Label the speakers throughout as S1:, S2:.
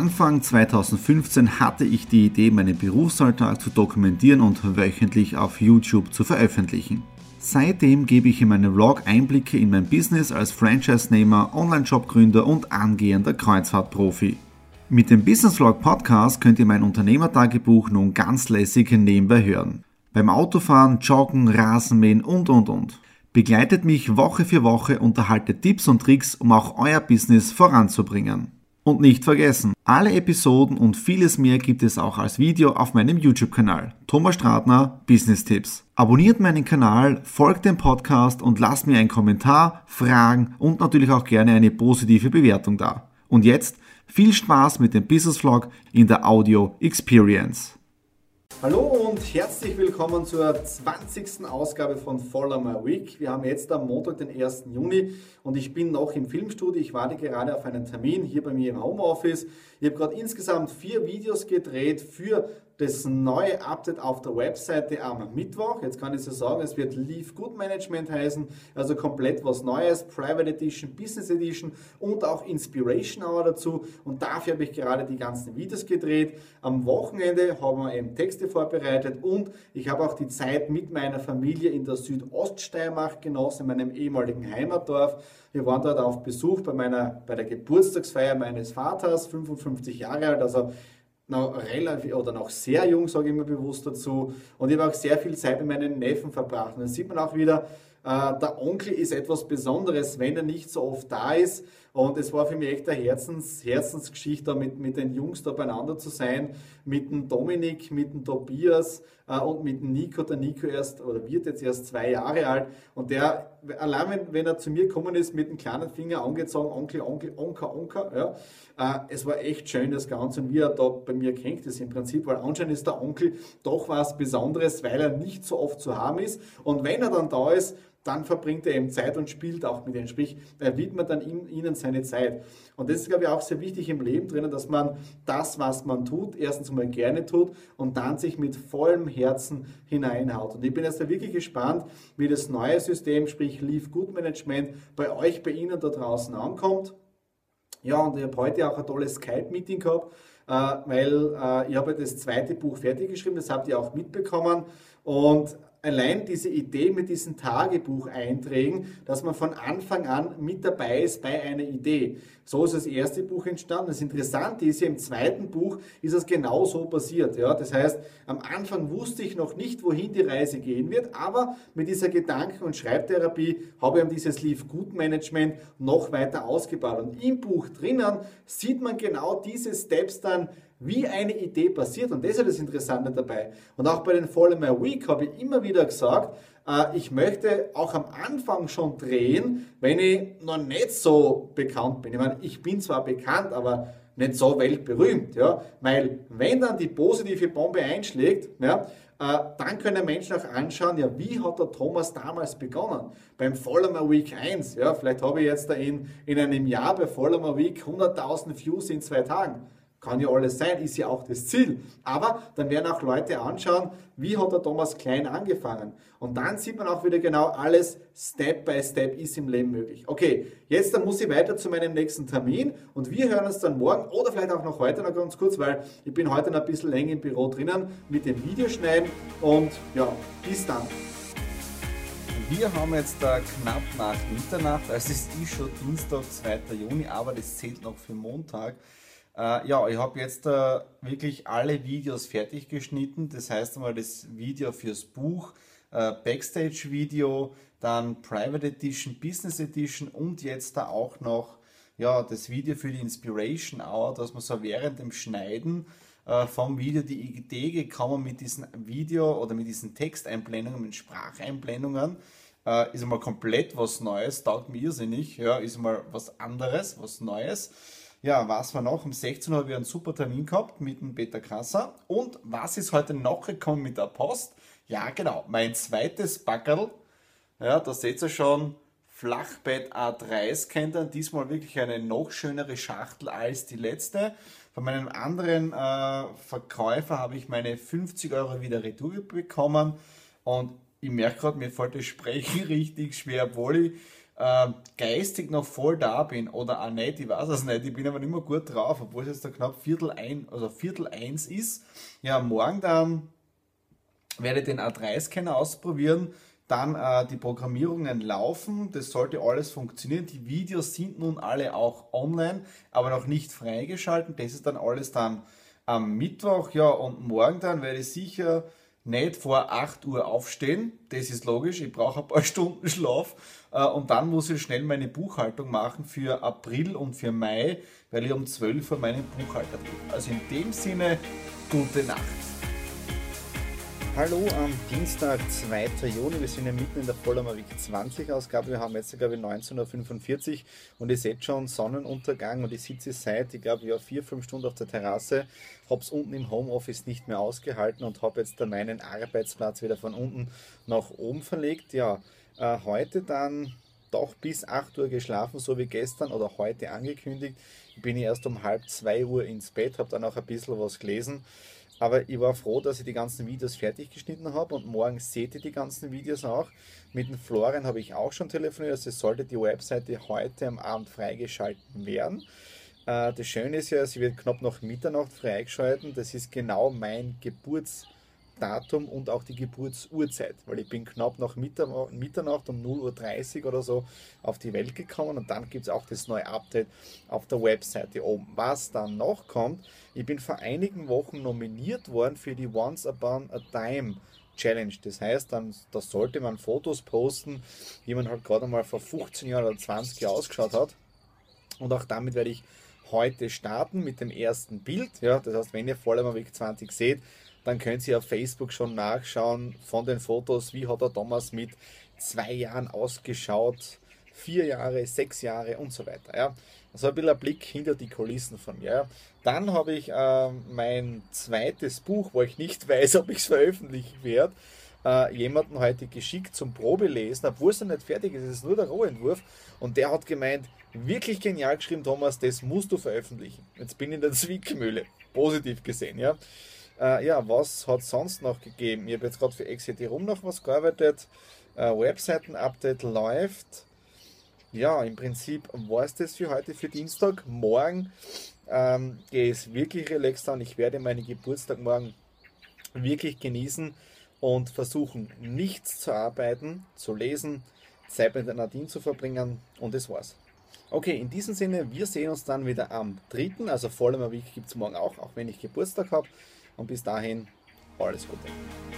S1: Anfang 2015 hatte ich die Idee, meinen Berufsalltag zu dokumentieren und wöchentlich auf YouTube zu veröffentlichen. Seitdem gebe ich in meinem Vlog Einblicke in mein Business als Franchise-Nehmer, Online-Shop-Gründer und angehender Kreuzfahrtprofi. Mit dem Business Vlog Podcast könnt ihr mein Unternehmertagebuch nun ganz lässig nebenbei hören. Beim Autofahren, Joggen, Rasenmähen und. Begleitet mich Woche für Woche und erhaltet Tipps und Tricks, um auch euer Business voranzubringen. Und nicht vergessen, alle Episoden und vieles mehr gibt es auch als Video auf meinem YouTube-Kanal. Thomas Stratner, Business Tipps. Abonniert meinen Kanal, folgt dem Podcast und lasst mir einen Kommentar, Fragen und natürlich auch gerne eine positive Bewertung da. Und jetzt viel Spaß mit dem Business Vlog in der Audio Experience.
S2: Hallo und herzlich willkommen zur 20. Ausgabe von Follow My Week. Wir haben jetzt am Montag, den 1. Juni und ich bin noch im Filmstudio. Ich warte gerade auf einen Termin hier bei mir im Homeoffice. Ich habe gerade insgesamt 4 Videos gedreht für das neue Update auf der Webseite am Mittwoch. Jetzt kann ich so sagen, es wird Leave Good Management heißen, also komplett was Neues, Private Edition, Business Edition und auch Inspiration Hour dazu. Und dafür habe ich gerade die ganzen Videos gedreht. Am Wochenende haben wir eben Texte vorbereitet und ich habe auch die Zeit mit meiner Familie in der Südoststeiermark genossen, in meinem ehemaligen Heimatdorf. Wir waren dort auf Besuch bei der Geburtstagsfeier meines Vaters, 55 Jahre alt, also noch relativ oder noch sehr jung, sage ich immer bewusst dazu. Und ich habe auch sehr viel Zeit mit meinen Neffen verbracht. Und dann sieht man auch wieder, der Onkel ist etwas Besonderes, wenn er nicht so oft da ist. Und es war für mich echt eine Herzensgeschichte, da mit den Jungs da beieinander zu sein, mit dem Dominik, mit dem Tobias und mit dem Nico. Der Nico wird jetzt erst 2 Jahre alt. Und der, allein wenn er zu mir gekommen ist, mit dem kleinen Finger angezogen, Onkel, Onkel, ja. Es war echt schön, das Ganze. Und wie er da bei mir gehängt ist im Prinzip, weil anscheinend ist der Onkel doch was Besonderes, weil er nicht so oft zu haben ist. Und wenn er dann da ist, dann verbringt er eben Zeit und spielt auch mit ihnen. Sprich, er widmet dann ihnen seine Zeit. Und das ist, glaube ich, auch sehr wichtig im Leben drinnen, dass man das, was man tut, erstens mal gerne tut und dann sich mit vollem Herzen hineinhaut. Und ich bin jetzt da wirklich gespannt, wie das neue System, sprich Leave Good Management, bei euch, bei Ihnen da draußen ankommt. Ja, und ich habe heute auch ein tolles Skype-Meeting gehabt, weil ich habe das 2. Buch fertig geschrieben, das habt ihr auch mitbekommen. Und allein diese Idee mit diesen Tagebucheinträgen, dass man von Anfang an mit dabei ist bei einer Idee. So ist das erste Buch entstanden. Das Interessante ist ja, im 2. Buch ist es genau so passiert. Ja? Das heißt, am Anfang wusste ich noch nicht, wohin die Reise gehen wird, aber mit dieser Gedanken- und Schreibtherapie habe ich dieses Leave Good Management noch weiter ausgebaut. Und im Buch drinnen sieht man genau diese Steps dann, wie eine Idee passiert, und das ist ja das Interessante dabei. Und auch bei den Follow My Week habe ich immer wieder gesagt, ich möchte auch am Anfang schon drehen, wenn ich noch nicht so bekannt bin. Ich meine, ich bin zwar bekannt, aber nicht so weltberühmt, ja, weil wenn dann die positive Bombe einschlägt, ja, dann können Menschen auch anschauen, ja, wie hat der Thomas damals begonnen? Beim Follow My Week 1, ja, vielleicht habe ich jetzt da in einem Jahr bei Follow My Week 100.000 Views in 2 Tagen. Kann ja alles sein, ist ja auch das Ziel. Aber dann werden auch Leute anschauen, wie hat der Thomas klein angefangen. Und dann sieht man auch wieder genau, alles Step by Step ist im Leben möglich. Okay, jetzt dann muss ich weiter zu meinem nächsten Termin und wir hören uns dann morgen oder vielleicht auch noch heute noch ganz kurz, weil ich bin heute noch ein bisschen länger im Büro drinnen mit dem Videoschneiden und ja, bis dann.
S3: Wir haben jetzt knapp nach Mitternacht, also es ist schon Dienstag, 2. Juni, aber das zählt noch für Montag. Ja, ich habe jetzt wirklich alle Videos fertig geschnitten. Das heißt einmal das Video fürs Buch, Backstage-Video, dann Private Edition, Business Edition und jetzt da auch noch ja, das Video für die Inspiration Hour, dass man so während dem Schneiden vom Video die Idee gekommen mit diesem Video oder mit diesen Texteinblendungen, mit Spracheinblendungen. Ist einmal komplett was Neues, taugt mir irrsinnig, ja, ist einmal was anderes, was Neues. Ja, was war noch? Um 16 Uhr habe ich einen super Termin gehabt mit dem Peter Krasser. Und was ist heute noch gekommen mit der Post? Ja, genau, mein zweites Packerl. Ja, da seht ihr schon, Flachbett A3 kennt ihr. Diesmal wirklich eine noch schönere Schachtel als die letzte. Von meinem anderen Verkäufer habe ich meine 50 Euro wieder retour bekommen. Und ich merke gerade, mir fällt das Sprechen richtig schwer, obwohl ich geistig noch voll da bin oder auch nicht, ich weiß es nicht, ich bin aber nicht mehr gut drauf, obwohl es jetzt da knapp Viertel eins ist. Ja, morgen dann werde ich den A3-Scanner ausprobieren, dann die Programmierungen laufen, das sollte alles funktionieren. Die Videos sind nun alle auch online, aber noch nicht freigeschalten. Das ist dann alles dann am Mittwoch, ja, und morgen dann werde ich sicher nicht vor 8 Uhr aufstehen, das ist logisch, ich brauche ein paar Stunden Schlaf und dann muss ich schnell meine Buchhaltung machen für April und für Mai, weil ich um 12 Uhr meinen Buchhalter treffe. Also in dem Sinne, gute Nacht.
S2: Hallo am Dienstag, 2. Juni. Wir sind ja mitten in der Vollmer Week 20 Ausgabe. Wir haben jetzt, glaube ich, 19.45 Uhr und ihr seht schon Sonnenuntergang und ich sitze seit, ich glaube, 4-5 Stunden auf der Terrasse, habe es unten im Homeoffice nicht mehr ausgehalten und habe jetzt meinen Arbeitsplatz wieder von unten nach oben verlegt. Ja, heute dann doch bis 8 Uhr geschlafen, so wie gestern oder heute angekündigt. Bin ich erst um 1:30 Uhr ins Bett, habe dann auch ein bisschen was gelesen. Aber ich war froh, dass ich die ganzen Videos fertig geschnitten habe und morgen seht ihr die ganzen Videos auch. Mit dem Florian habe ich auch schon telefoniert, also es sollte die Webseite heute am Abend freigeschalten werden. Das Schöne ist ja, sie wird knapp nach Mitternacht freigeschalten. Das ist genau mein Geburtsdatum und auch die Geburtsurzeit, weil ich bin knapp nach Mitternacht um 0:30 Uhr oder so auf die Welt gekommen und dann gibt es auch das neue Update auf der Webseite oben. Was dann noch kommt, ich bin vor einigen Wochen nominiert worden für die Once Upon a Time Challenge. Das heißt, da sollte man Fotos posten, wie man halt gerade mal vor 15 Jahren oder 20 Jahren ausgeschaut hat. Und auch damit werde ich heute starten mit dem ersten Bild. Ja, das heißt, wenn ihr Vollmer Week 20 seht, dann könnt ihr auf Facebook schon nachschauen von den Fotos, wie hat der Thomas mit 2 Jahren ausgeschaut, 4 Jahre, 6 Jahre und so weiter. Ja. Also ein bisschen ein Blick hinter die Kulissen von mir. Ja. Dann habe ich mein zweites Buch, wo ich nicht weiß, ob ich es veröffentlichen werde, jemanden heute geschickt zum Probelesen, obwohl es noch nicht fertig ist, es ist nur der Rohentwurf und der hat gemeint, wirklich genial geschrieben, Thomas, das musst du veröffentlichen. Jetzt bin ich in der Zwickmühle, positiv gesehen. Ja. Ja, was hat es sonst noch gegeben? Ich habe jetzt gerade für XCT-Rum noch was gearbeitet. Webseiten-Update läuft. Ja, im Prinzip war es das für heute, für Dienstag. Morgen gehe ich wirklich relaxed an. Ich werde meinen Geburtstag morgen wirklich genießen und versuchen, nichts zu arbeiten, zu lesen, Zeit mit der Nadine zu verbringen und das war's. Okay, in diesem Sinne, wir sehen uns dann wieder am 3., also Vollmer Week gibt es morgen auch wenn ich Geburtstag habe. Und bis dahin, alles Gute.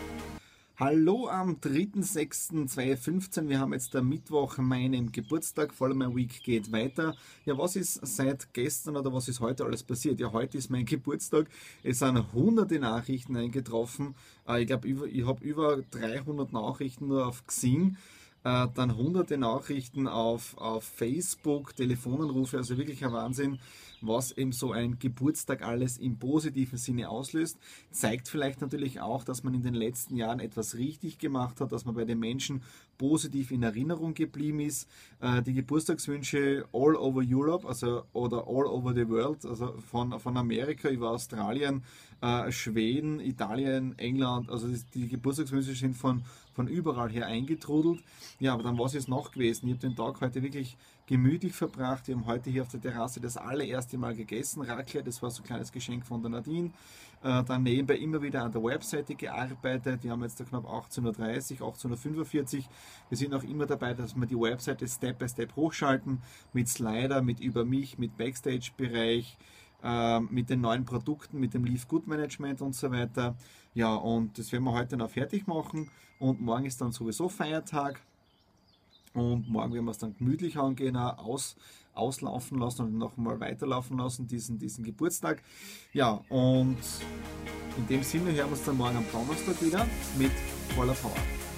S3: Hallo am 3.6.2015, wir haben jetzt der Mittwoch, meinen Geburtstag, Vollmer Week geht weiter. Ja, was ist seit gestern oder was ist heute alles passiert? Ja, heute ist mein Geburtstag, es sind hunderte Nachrichten eingetroffen. Ich glaube, ich habe über 300 Nachrichten nur auf Xing. Dann hunderte Nachrichten auf Facebook, Telefonanrufe, also wirklich ein Wahnsinn, was eben so ein Geburtstag alles im positiven Sinne auslöst. Zeigt vielleicht natürlich auch, dass man in den letzten Jahren etwas richtig gemacht hat, dass man bei den Menschen positiv in Erinnerung geblieben ist. Die Geburtstagswünsche all over Europe, also oder all over the world, also von Amerika über Australien, Schweden, Italien, England, also die Geburtstagswünsche sind von überall her eingetrudelt. Ja, aber dann was ist noch gewesen? Ich habe den Tag heute wirklich gemütlich verbracht. Wir haben heute hier auf der Terrasse das allererste Mal gegessen, Raclette, das war so ein kleines Geschenk von der Nadine. Dann nebenbei immer wieder an der Webseite gearbeitet. Wir haben jetzt da knapp 18:30 Uhr, 18:45 Uhr. Wir sind auch immer dabei, dass wir die Webseite Step by Step hochschalten, mit Slider, mit über mich, mit Backstage-Bereich, mit den neuen Produkten, mit dem Leave Good Management und so weiter. Ja, und das werden wir heute noch fertig machen und morgen ist dann sowieso Feiertag und morgen werden wir es dann gemütlich angehen, auslaufen lassen und nochmal weiterlaufen lassen, diesen Geburtstag. Ja, und in dem Sinne hören wir uns dann morgen am Donnerstag wieder mit voller Power.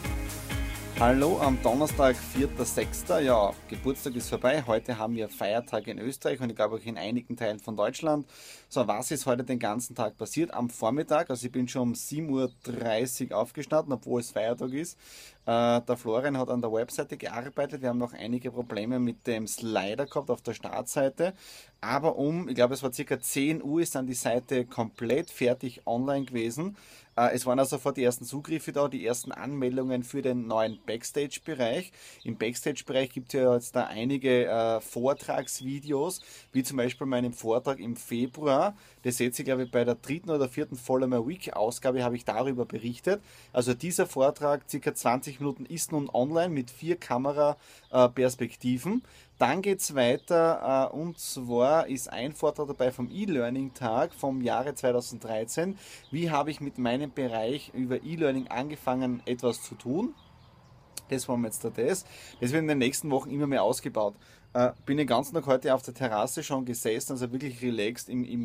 S3: Hallo am Donnerstag, 4.6. Ja, Geburtstag ist vorbei. Heute haben wir Feiertag in Österreich und ich glaube auch in einigen Teilen von Deutschland. So, was ist heute den ganzen Tag passiert? Am Vormittag, also ich bin schon um 7:30 Uhr aufgestanden, obwohl es Feiertag ist. Der Florian hat an der Webseite gearbeitet. Wir haben noch einige Probleme mit dem Slider gehabt auf der Startseite. Aber ich glaube, es war circa 10 Uhr, ist dann die Seite komplett fertig online gewesen. Es waren also sofort die ersten Zugriffe da, die ersten Anmeldungen für den neuen Backstage-Bereich. Im Backstage-Bereich gibt es ja jetzt da einige Vortragsvideos, wie zum Beispiel meinen Vortrag im Februar. Das seht ihr, glaube ich, bei der 3. oder 4. Follower Week Ausgabe habe ich darüber berichtet. Also dieser Vortrag, circa 20 Minuten, ist nun online mit 4 Kameraperspektiven. Dann geht es weiter und zwar ist ein Vortrag dabei vom E-Learning-Tag vom Jahre 2013. Wie habe ich mit meinem Bereich über E-Learning angefangen, etwas zu tun? Das war jetzt das. Das wird in den nächsten Wochen immer mehr ausgebaut. Bin den ganzen Tag heute auf der Terrasse schon gesessen, also wirklich relaxed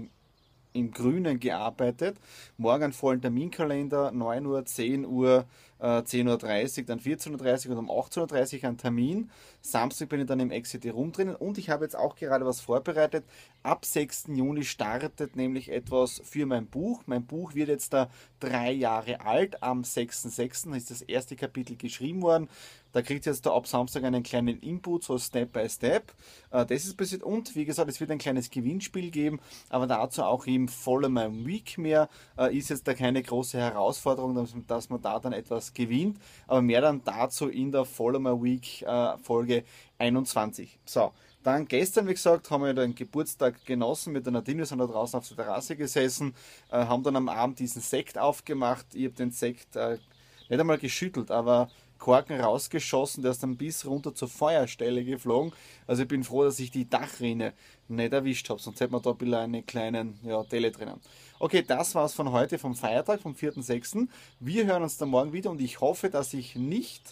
S3: im Grünen gearbeitet. Morgen einen vollen Terminkalender, 9 Uhr, 10 Uhr, 10:30 Uhr, dann 14:30 Uhr und um 18:30 Uhr einen Termin. Samstag bin ich dann im Exit Room drinnen und ich habe jetzt auch gerade was vorbereitet. Ab 6. Juni startet nämlich etwas für mein Buch. Mein Buch wird jetzt da 3 Jahre alt. Am 6.6. ist das erste Kapitel geschrieben worden. Da kriegt ihr jetzt da ab Samstag einen kleinen Input, so Step by Step. Das ist passiert und wie gesagt, es wird ein kleines Gewinnspiel geben, aber dazu auch im Follow My Week mehr. Ist jetzt da keine große Herausforderung, dass man da dann etwas gewinnt, aber mehr dann dazu in der Follow My Week Folge 21. So. Dann gestern, wie gesagt, haben wir den Geburtstag genossen mit der Nadine. Wir sind da draußen auf der Terrasse gesessen, haben dann am Abend diesen Sekt aufgemacht. Ich habe den Sekt nicht einmal geschüttelt, aber Korken rausgeschossen, der ist dann bis runter zur Feuerstelle geflogen. Also ich bin froh, dass ich die Dachrinne nicht erwischt habe, sonst hätte man da ein bisschen einen kleinen Delle drinnen. Okay, das war's von heute, vom Feiertag, vom 4.6. Wir hören uns dann morgen wieder und ich hoffe, dass ich nicht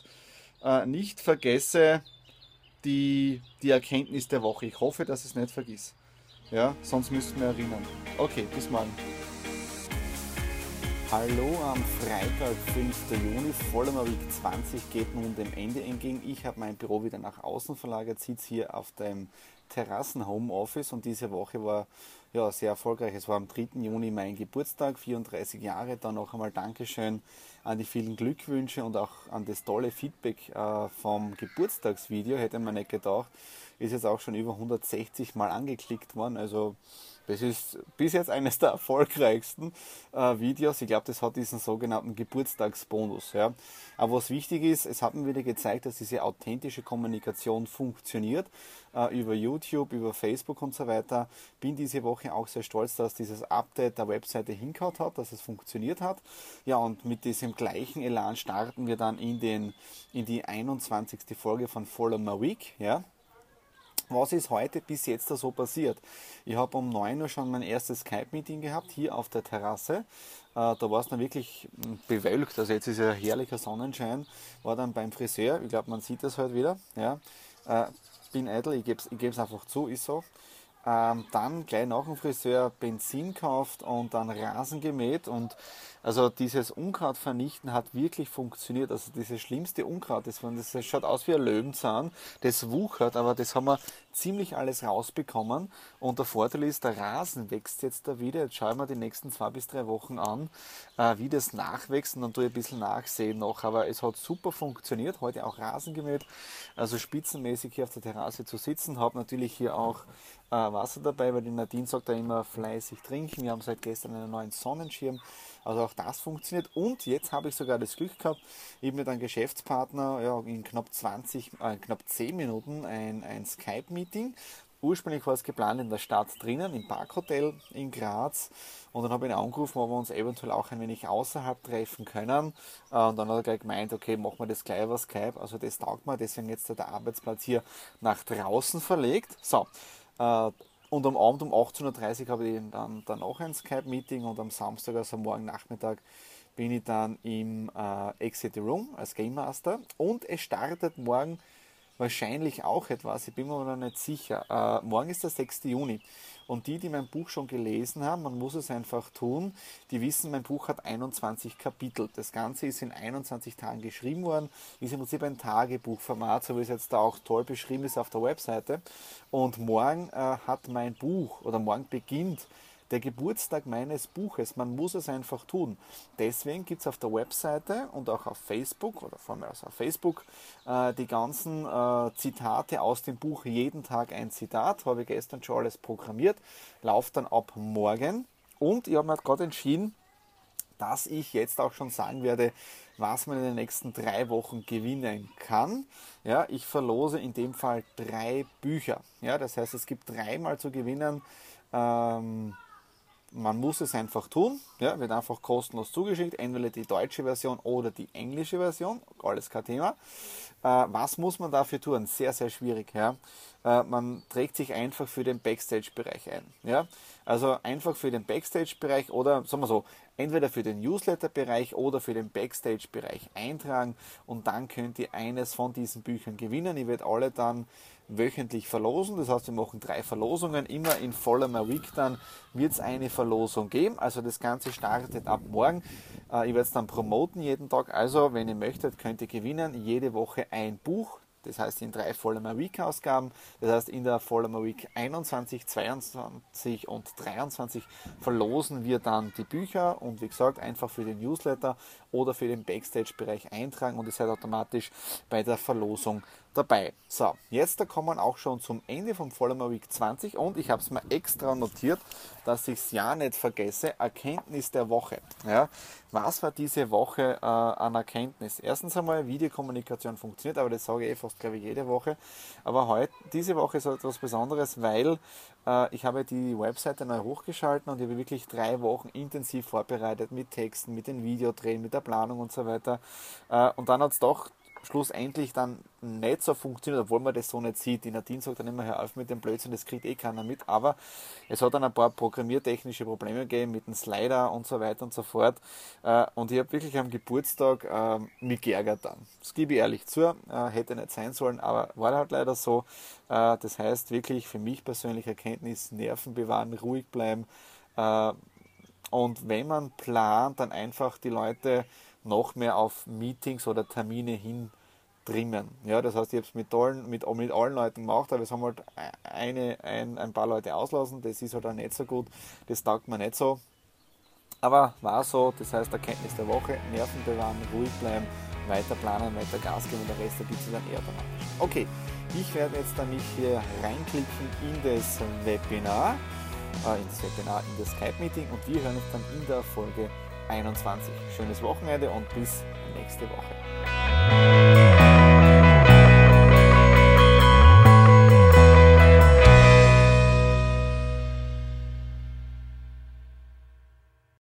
S3: vergesse, die Erkenntnis der Woche. Ich hoffe, dass ich es nicht vergiss. Ja, sonst müssten wir erinnern. Okay, bis morgen. Hallo am Freitag, 5. Juni. Follower Week 20 geht nun dem Ende entgegen. Ich habe mein Büro wieder nach außen verlagert, sitze hier auf dem Terrassen-Homeoffice und diese Woche war sehr erfolgreich. Es war am 3. Juni mein Geburtstag, 34 Jahre. Dann noch einmal Dankeschön an die vielen Glückwünsche und auch an das tolle Feedback vom Geburtstagsvideo. Hätte man nicht gedacht. Ist jetzt auch schon über 160 Mal angeklickt worden. Also das ist bis jetzt eines der erfolgreichsten Videos. Ich glaube, das hat diesen sogenannten Geburtstagsbonus. Ja. Aber was wichtig ist, es hat mir wieder gezeigt, dass diese authentische Kommunikation funktioniert. Über YouTube, über Facebook und so weiter. Bin diese Woche auch sehr stolz, dass dieses Update der Webseite hingehauen hat, dass es funktioniert hat. Ja, und mit diesem gleichen Elan starten wir dann in die 21. Folge von Follow My Week. Ja. Was ist heute bis jetzt da so passiert? Ich habe um 9 Uhr schon mein erstes Skype-Meeting gehabt, hier auf der Terrasse. Da war es dann wirklich bewölkt, also jetzt ist ja herrlicher Sonnenschein. War dann beim Friseur, ich glaube, man sieht das heute wieder. Ja. Bin eitel, ich gebe es einfach zu, ist so. Dann gleich nach dem Friseur Benzin gekauft und dann Rasen gemäht und also dieses Unkraut vernichten hat wirklich funktioniert. Also dieses schlimmste Unkraut, das schaut aus wie ein Löwenzahn, das wuchert, aber das haben wir ziemlich alles rausbekommen und der Vorteil ist, der Rasen wächst jetzt da wieder. Jetzt schauen wir die nächsten 2 bis 3 Wochen an, wie das nachwächst und dann tue ich ein bisschen nachsehen noch, aber es hat super funktioniert, heute auch Rasen gemäht, also spitzenmäßig hier auf der Terrasse zu sitzen, habe natürlich hier auch Wasser dabei, weil die Nadine sagt da immer fleißig trinken. Wir haben seit gestern einen neuen Sonnenschirm, also auch das funktioniert. Und jetzt habe ich sogar das Glück gehabt, eben mit einem Geschäftspartner in knapp 10 Minuten ein Skype-Meeting. Ursprünglich war es geplant in der Stadt drinnen, im Parkhotel in Graz. Und dann habe ich ihn angerufen, ob wir uns eventuell auch ein wenig außerhalb treffen können. Und dann hat er gleich gemeint, okay, machen wir das gleich über Skype. Also das taugt mir, deswegen jetzt der Arbeitsplatz hier nach draußen verlegt. So. Und am Abend um 18:30 Uhr habe ich dann auch ein Skype-Meeting und am Samstag, also morgen Nachmittag, bin ich dann im Exit Room als Game Master und es startet morgen wahrscheinlich auch etwas, ich bin mir noch nicht sicher. Morgen ist der 6. Juni und die mein Buch schon gelesen haben, man muss es einfach tun, die wissen, mein Buch hat 21 Kapitel. Das Ganze ist in 21 Tagen geschrieben worden, ist im Prinzip ein Tagebuchformat, so wie es jetzt da auch toll beschrieben ist auf der Webseite. Und morgen hat mein Buch, oder morgen beginnt
S1: der Geburtstag meines Buches. Man muss es einfach tun. Deswegen gibt es auf der Webseite und auch auf Facebook, oder vor allem auf Facebook, die ganzen Zitate aus dem Buch. Jeden Tag ein Zitat, habe ich gestern schon alles programmiert, läuft dann ab morgen. Und ich habe mir gerade entschieden, dass ich jetzt auch schon sagen werde, was man in den nächsten 3 Wochen gewinnen kann. Ja, ich verlose in dem Fall 3 Bücher. Ja, das heißt, es gibt 3-mal zu gewinnen. Man muss es einfach tun, ja, wird einfach kostenlos zugeschickt, entweder die deutsche Version oder die englische Version, alles kein Thema. Was muss man dafür tun? Sehr, sehr schwierig. Ja. Man trägt sich einfach für den Backstage-Bereich ein. Ja. Also einfach für den Backstage-Bereich oder, sagen wir so, entweder für den Newsletter-Bereich oder für den Backstage-Bereich eintragen und dann könnt ihr eines von diesen Büchern gewinnen. Ich werde alle dann wöchentlich verlosen, das heißt, wir machen 3 Verlosungen, immer in Follow My Week dann wird es eine Verlosung geben, also das Ganze startet ab morgen, ich werde es dann promoten jeden Tag, also wenn ihr möchtet, könnt ihr gewinnen, jede Woche ein Buch, das heißt in 3 Follow My Week Ausgaben, das heißt in der Follow My Week 21, 22 und 23 verlosen wir dann die Bücher und wie gesagt, einfach für den Newsletter oder für den Backstage-Bereich eintragen und ihr seid automatisch bei der Verlosung dabei. So, jetzt da kommen wir auch schon zum Ende vom Follow My Week 20 und ich habe es mir extra notiert, dass ich es ja nicht vergesse, Erkenntnis der Woche. Ja, was war diese Woche an Erkenntnis? Erstens einmal, Videokommunikation funktioniert, aber das sage ich fast, glaube ich, jede Woche. Aber diese Woche ist etwas Besonderes, weil ich habe die Webseite neu hochgeschalten und ich habe wirklich 3 Wochen intensiv vorbereitet mit Texten, mit den Videodrehen, mit der Planung und so weiter. Und dann hat es doch schlussendlich dann nicht so funktioniert, obwohl man das so nicht sieht. Die Nadine sagt dann immer, hör auf mit dem Blödsinn, das kriegt eh keiner mit. Aber es hat dann ein paar programmiertechnische Probleme gegeben mit dem Slider und so weiter und so fort. Und ich habe wirklich am Geburtstag mich geärgert dann. Das gebe ich ehrlich zu, hätte nicht sein sollen, aber war halt leider so. Das heißt wirklich für mich persönlich Erkenntnis, Nerven bewahren, ruhig bleiben. Und wenn man plant, dann einfach die Leute noch mehr auf Meetings oder Termine hin trimmen. Ja, das heißt, ich habe es mit allen Leuten gemacht, aber es haben halt ein paar Leute auslassen, das ist halt auch nicht so gut, das taugt mir nicht so. Aber war so, das heißt Erkenntnis der Woche, Nerven bewahren, ruhig bleiben, weiter planen, weiter Gas geben und der Rest ergibt sich dann eher automatisch. Okay, ich werde jetzt dann mich hier reinklicken in das Webinar, in das Skype-Meeting und wir hören uns dann in der Folge 21. Schönes Wochenende und bis nächste Woche.